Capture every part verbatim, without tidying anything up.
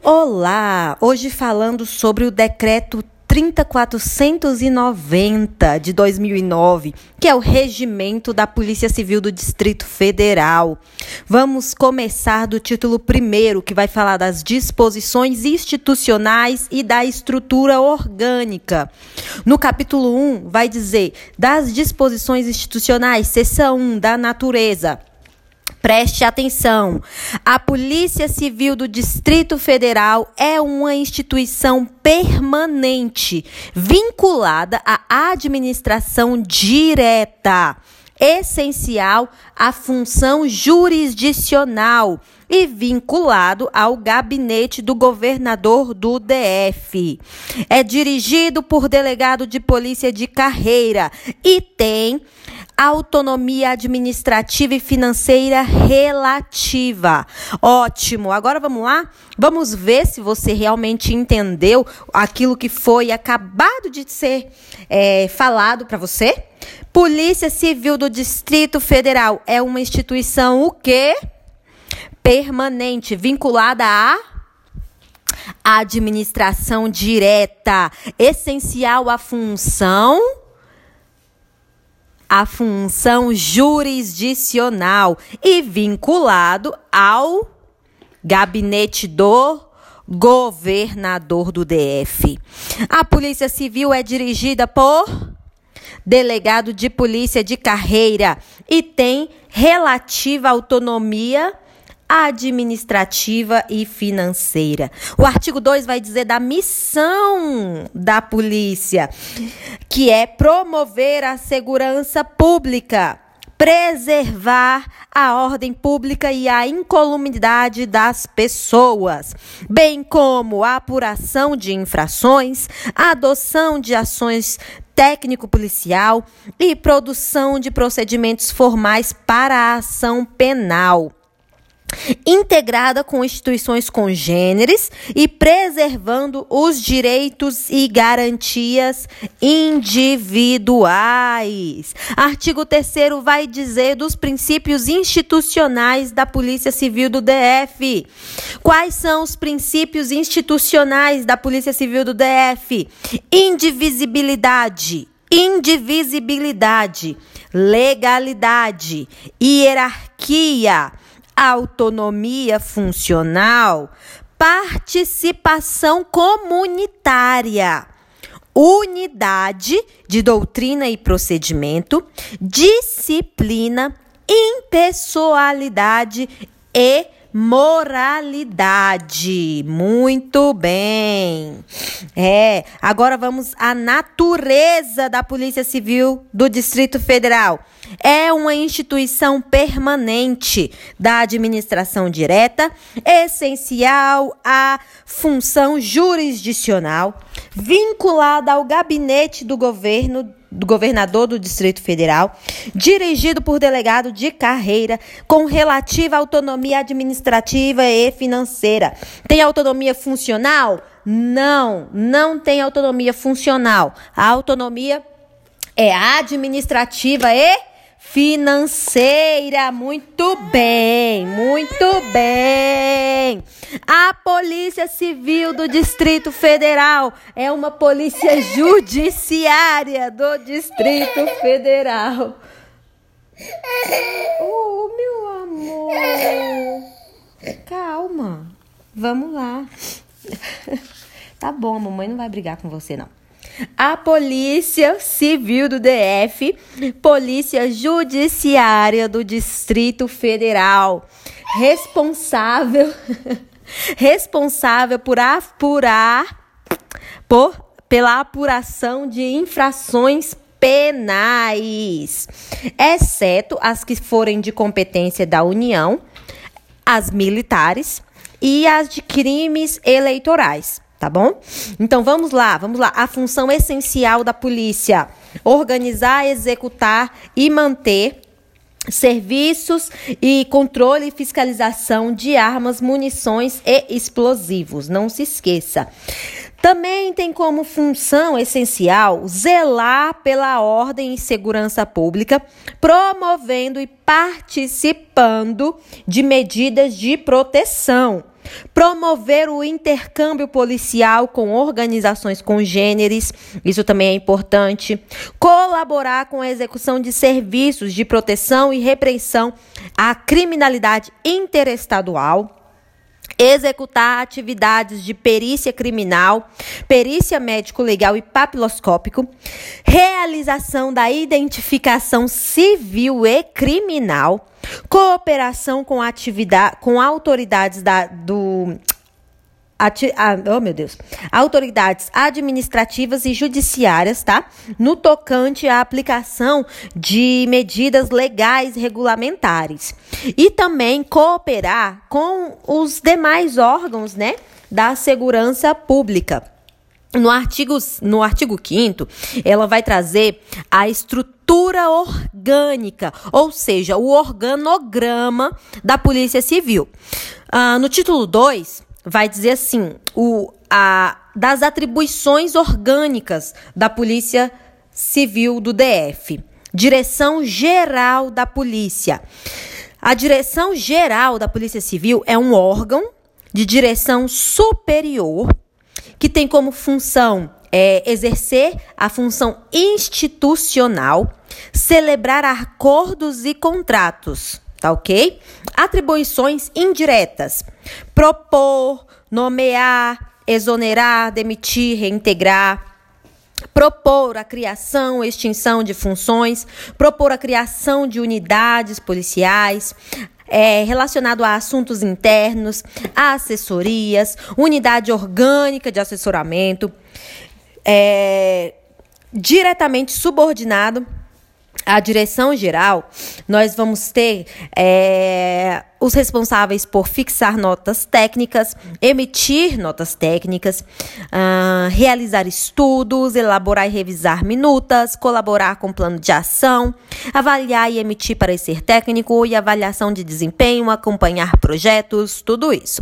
Olá! Hoje falando sobre o decreto trinta mil quatrocentos e noventa de dois mil e nove, que é o regimento da Polícia Civil do Distrito Federal. Vamos começar do título primeiro, que vai falar das disposições institucionais e da estrutura orgânica. No capítulo um, vai dizer das disposições institucionais, seção um, da natureza. Preste atenção, a Polícia Civil do Distrito Federal é uma instituição permanente, vinculada à administração direta, essencial à função jurisdicional e vinculado ao gabinete do governador do D F. É dirigido por delegado de polícia de carreira e tem autonomia administrativa e financeira relativa. Ótimo. Agora vamos lá? Vamos ver se você realmente entendeu aquilo que foi acabado de ser é, falado para você. Polícia Civil do Distrito Federal é uma instituição o quê? Permanente, vinculada à administração direta, essencial à função a função jurisdicional e vinculado ao gabinete do governador do D F. A Polícia Civil é dirigida por delegado de polícia de carreira e tem relativa autonomia administrativa e financeira. O artigo dois vai dizer da missão da polícia, que é promover a segurança pública, preservar a ordem pública e a incolumidade das pessoas, bem como a apuração de infrações, a adoção de ações técnico-policial e produção de procedimentos formais para a ação penal, integrada com instituições congêneres e preservando os direitos e garantias individuais. Artigo terceiro vai dizer dos princípios institucionais da Polícia Civil do D F. Quais são os princípios institucionais da Polícia Civil do D F? Indivisibilidade, indivisibilidade, legalidade, hierarquia, autonomia funcional, participação comunitária, unidade de doutrina e procedimento, disciplina, impessoalidade e moralidade. Muito bem. É, agora vamos à natureza da Polícia Civil do Distrito Federal. É uma instituição permanente da administração direta, essencial à função jurisdicional, vinculada ao gabinete do governo do governador do Distrito Federal, dirigido por delegado de carreira, com relativa autonomia administrativa e financeira. Tem autonomia funcional? Não, não tem autonomia funcional. A autonomia é administrativa e financeira. Muito bem, muito bem. A Polícia Civil do Distrito Federal é uma polícia judiciária do Distrito Federal. Oh, meu amor. Calma. Vamos lá. Tá bom, a mamãe não vai brigar com você, não. A Polícia Civil do D F, Polícia Judiciária do Distrito Federal, responsável, responsável por apurar, por, pela apuração de infrações penais, exceto as que forem de competência da União, as militares e as de crimes eleitorais. Tá bom? Então, vamos lá, vamos lá. A função essencial da polícia: organizar, executar e manter serviços e controle e fiscalização de armas, munições e explosivos. Não se esqueça. Também tem como função essencial zelar pela ordem e segurança pública, promovendo e participando de medidas de proteção, Promover o intercâmbio policial com organizações congêneres, isso também é importante. Colaborar com a execução de serviços de proteção e repressão à criminalidade interestadual. Executar atividades de perícia criminal, perícia médico-legal e papiloscópico, realização da identificação civil e criminal, cooperação com, atividade, com autoridades da, do... Ati, ah, oh, meu Deus. Autoridades administrativas e judiciárias, tá? No tocante à aplicação de medidas legais regulamentares. E também cooperar com os demais órgãos, né, da segurança pública. No artigo, no artigo quinto, ela vai trazer a estrutura orgânica, ou seja, o organograma da Polícia Civil. Ah, no título dois, vai dizer assim, o, a, das atribuições orgânicas da Polícia Civil do D F. Direção Geral da Polícia. A Direção Geral da Polícia Civil é um órgão de direção superior que tem como função é, exercer a função institucional, celebrar acordos e contratos. Tá ok? Atribuições indiretas. Propor, nomear, exonerar, demitir, reintegrar. Propor a criação, extinção de funções. Propor a criação de unidades policiais. É, relacionado a assuntos internos, a assessorias, unidade orgânica de assessoramento. É, diretamente subordinado à direção geral, nós vamos ter é, os responsáveis por fixar notas técnicas, emitir notas técnicas, uh, realizar estudos, elaborar e revisar minutas, colaborar com plano de ação, avaliar e emitir parecer técnico e avaliação de desempenho, acompanhar projetos, tudo isso.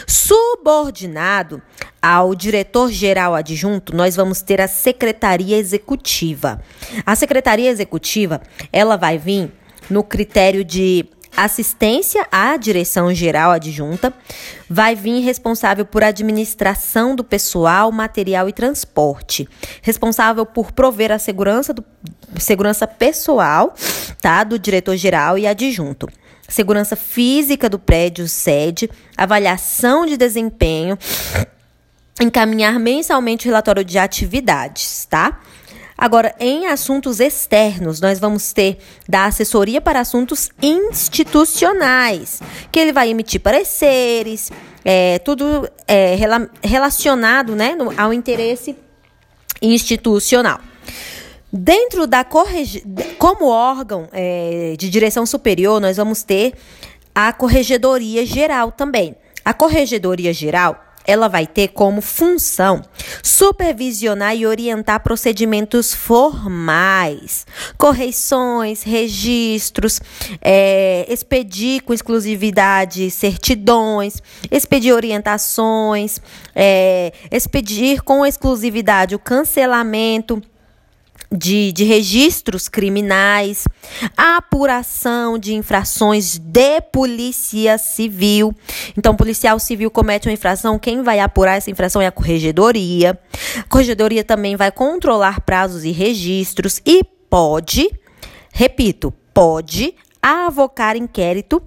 Subordinado ao diretor-geral adjunto, nós vamos ter a Secretaria Executiva. A Secretaria Executiva, ela vai vir no critério de assistência à direção-geral adjunta, vai vir responsável por administração do pessoal, material e transporte, responsável por prover a segurança, do, segurança pessoal, tá, do diretor-geral e adjunto. Segurança física do prédio sede, avaliação de desempenho, encaminhar mensalmente o relatório de atividades, tá? Agora, em assuntos externos, nós vamos ter da assessoria para assuntos institucionais, que ele vai emitir pareceres, é, tudo é, rela- relacionado, né, no, ao interesse institucional. Dentro da correge... como órgão é, de direção superior, nós vamos ter a Corregedoria Geral também. A Corregedoria Geral, ela vai ter como função supervisionar e orientar procedimentos formais, correições, registros, é, expedir com exclusividade certidões, expedir orientações, é, expedir com exclusividade o cancelamento De, de registros criminais, a apuração de infrações de polícia civil. Então, o policial civil comete uma infração, quem vai apurar essa infração é a corregedoria. A corregedoria também vai controlar prazos e registros e pode, repito, pode avocar inquérito,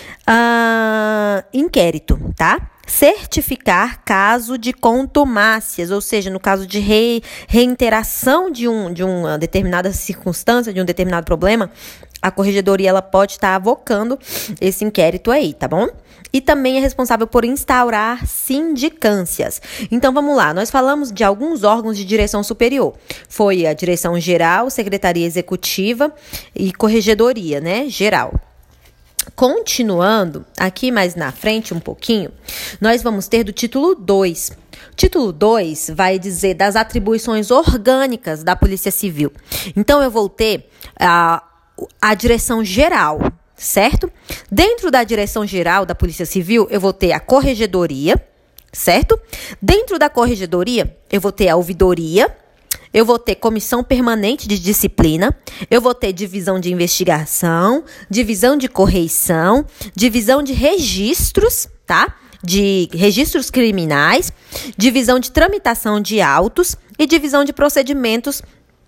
uh, inquérito, tá? Certificar caso de contumácias, ou seja, no caso de re, reiteração de, um, de uma determinada circunstância, de um determinado problema, a corregedoria ela pode estar avocando esse inquérito aí, tá bom? E também é responsável por instaurar sindicâncias. Então, vamos lá, nós falamos de alguns órgãos de direção superior. Foi a direção geral, secretaria executiva e corregedoria, né, geral. Continuando, aqui mais na frente um pouquinho, nós vamos ter do título dois. O título dois vai dizer das atribuições orgânicas da Polícia Civil. Então, eu vou ter a, a direção geral, certo? Dentro da direção geral da Polícia Civil, eu vou ter a corregedoria, certo? Dentro da corregedoria, eu vou ter a ouvidoria, eu vou ter comissão permanente de disciplina, eu vou ter divisão de investigação, divisão de correição, divisão de registros, tá? de registros criminais, divisão de tramitação de autos e divisão de procedimentos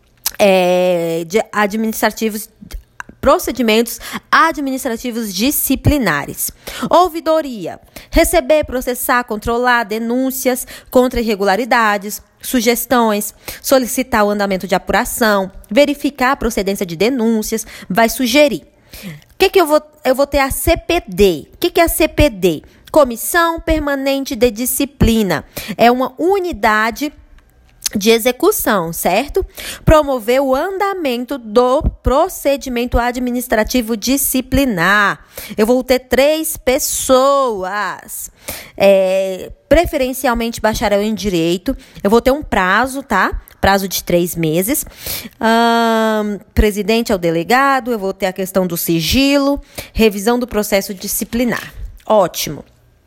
é, de administrativos procedimentos administrativos disciplinares. Ouvidoria: receber, processar, controlar denúncias contra irregularidades, sugestões, solicitar o andamento de apuração, verificar a procedência de denúncias, vai sugerir. O que que eu vou, eu vou ter a C P D. O que que é a C P D? Comissão Permanente de Disciplina. É uma unidade de execução, certo? Promover o andamento do procedimento administrativo disciplinar. Eu vou ter três pessoas, é, preferencialmente bacharel em direito. Eu vou ter um prazo, tá? Prazo de três meses. Um, presidente é o delegado. Eu vou ter a questão do sigilo, revisão do processo disciplinar. Ótimo.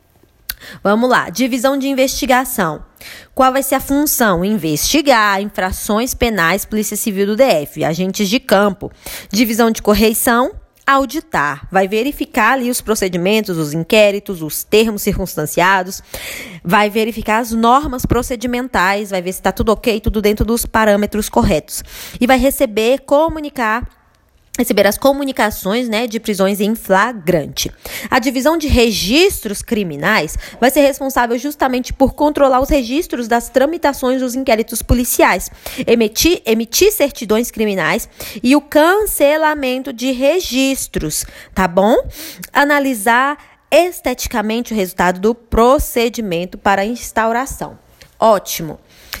Vamos lá, divisão de investigação. Qual vai ser a função? Investigar infrações penais, Polícia Civil do D F, agentes de campo. Divisão de correição, auditar. Vai verificar ali os procedimentos, os inquéritos, os termos circunstanciados. Vai verificar as normas procedimentais, vai ver se está tudo ok, tudo dentro dos parâmetros corretos. E vai receber, comunicar receber as comunicações, né, de prisões em flagrante. A divisão de registros criminais vai ser responsável justamente por controlar os registros das tramitações dos inquéritos policiais, emitir, emitir certidões criminais e o cancelamento de registros, tá bom? Analisar esteticamente o resultado do procedimento para instauração. Ótimo.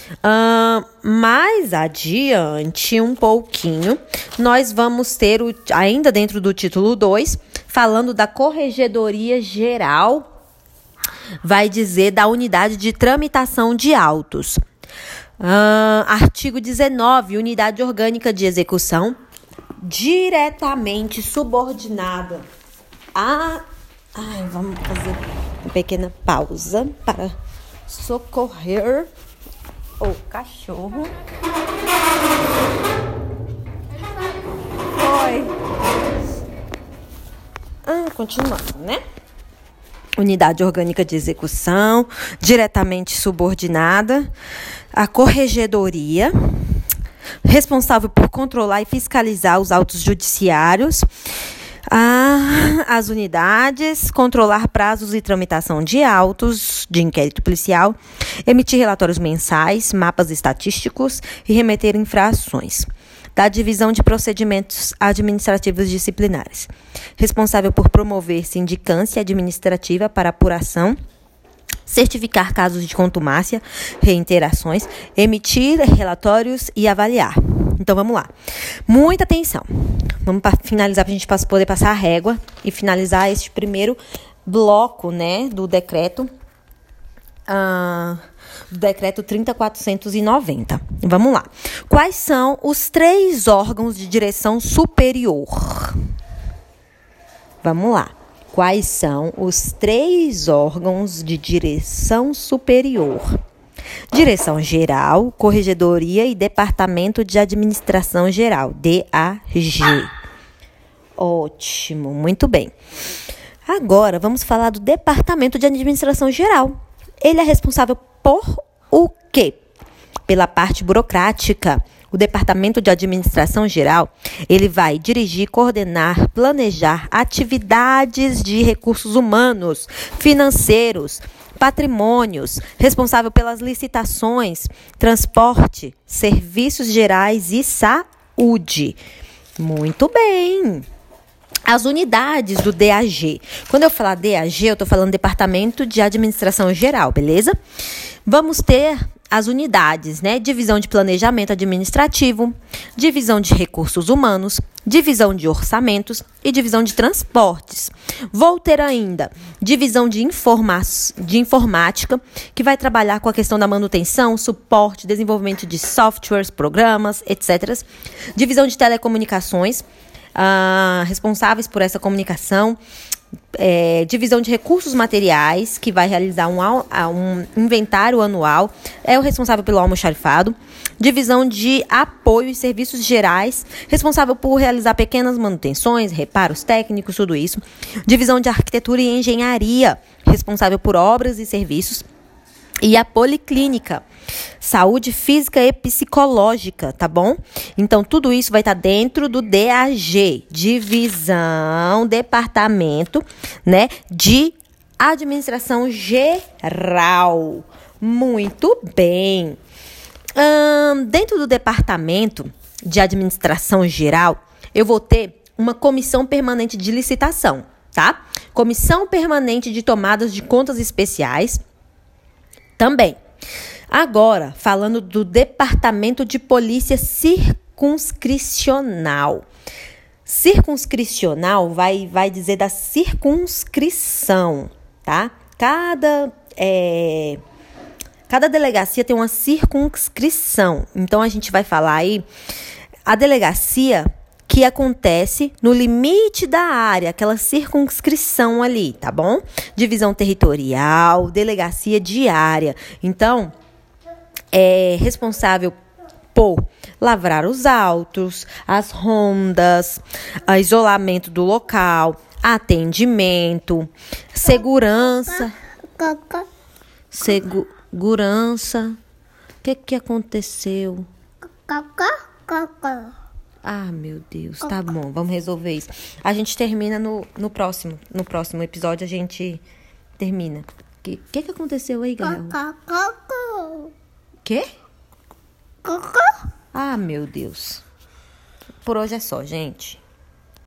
Uh, mais adiante, um pouquinho, nós vamos ter, o, ainda dentro do título dois, falando da Corregedoria Geral, vai dizer da unidade de tramitação de autos. Uh, artigo dezenove, unidade orgânica de execução, diretamente subordinada a... Ai, vamos fazer uma pequena pausa para socorrer o cachorro. Oi. Ah, continuando, né? Unidade orgânica de execução, diretamente subordinada à corregedoria, responsável por controlar e fiscalizar os autos judiciários. Ah, as unidades, controlar prazos e tramitação de autos de inquérito policial, emitir relatórios mensais, mapas estatísticos e remeter infrações. Da divisão de procedimentos administrativos disciplinares, responsável por promover sindicância administrativa para apuração, certificar casos de contumácia, reiterações, emitir relatórios e avaliar. Então, vamos lá. Muita atenção. Vamos para finalizar, para a gente poder passar a régua e finalizar este primeiro bloco, né, do decreto, uh, do decreto trinta mil quatrocentos e noventa. Vamos lá. Quais são os três órgãos de direção superior? Vamos lá. Quais são os três órgãos de direção superior? Direção Geral, Corregedoria e Departamento de Administração Geral, D A G. Ótimo, muito bem. Agora, vamos falar do Departamento de Administração Geral. Ele é responsável por o quê? Pela parte burocrática. O Departamento de Administração Geral, ele vai dirigir, coordenar, planejar atividades de recursos humanos, financeiros, patrimônios, responsável pelas licitações, transporte, serviços gerais e saúde. Muito bem. As unidades do D A G. Quando eu falar D A G, eu estou falando Departamento de Administração Geral, beleza? Vamos ter as unidades, né? Divisão de Planejamento Administrativo, Divisão de Recursos Humanos, Divisão de Orçamentos e Divisão de Transportes. Vou ter ainda Divisão de, informa- de Informática, que vai trabalhar com a questão da manutenção, suporte, desenvolvimento de softwares, programas, etcétera. Divisão de Telecomunicações, Uh, responsáveis por essa comunicação, É, divisão de recursos materiais, que vai realizar um, um inventário anual, é o responsável pelo almoxarifado. Divisão de apoio e serviços gerais, responsável por realizar pequenas manutenções, reparos técnicos, tudo isso. Divisão de arquitetura e engenharia, responsável por obras e serviços. E a policlínica, saúde física e psicológica, tá bom? Então, tudo isso vai estar dentro do D A G, Divisão, Departamento, né, de Administração Geral. Muito bem. Hum, dentro do Departamento de Administração Geral, eu vou ter uma comissão permanente de licitação, tá? Comissão permanente de tomadas de contas especiais, também. Agora, falando do Departamento de Polícia Circunscricional. Circunscricional vai, vai dizer da circunscrição, tá? Cada, é, cada delegacia tem uma circunscrição. Então, a gente vai falar aí a delegacia que acontece no limite da área, aquela circunscrição ali, tá bom? Divisão territorial, delegacia diária. Então, é responsável por lavrar os autos, as rondas, o isolamento do local, atendimento, segurança. Segurança. O que que aconteceu? Ah, meu Deus, tá bom, vamos resolver isso. A gente termina no, no próximo, no próximo episódio a gente termina. O que, que que aconteceu aí, Gael? Quê? Ah, meu Deus. Por hoje é só, gente.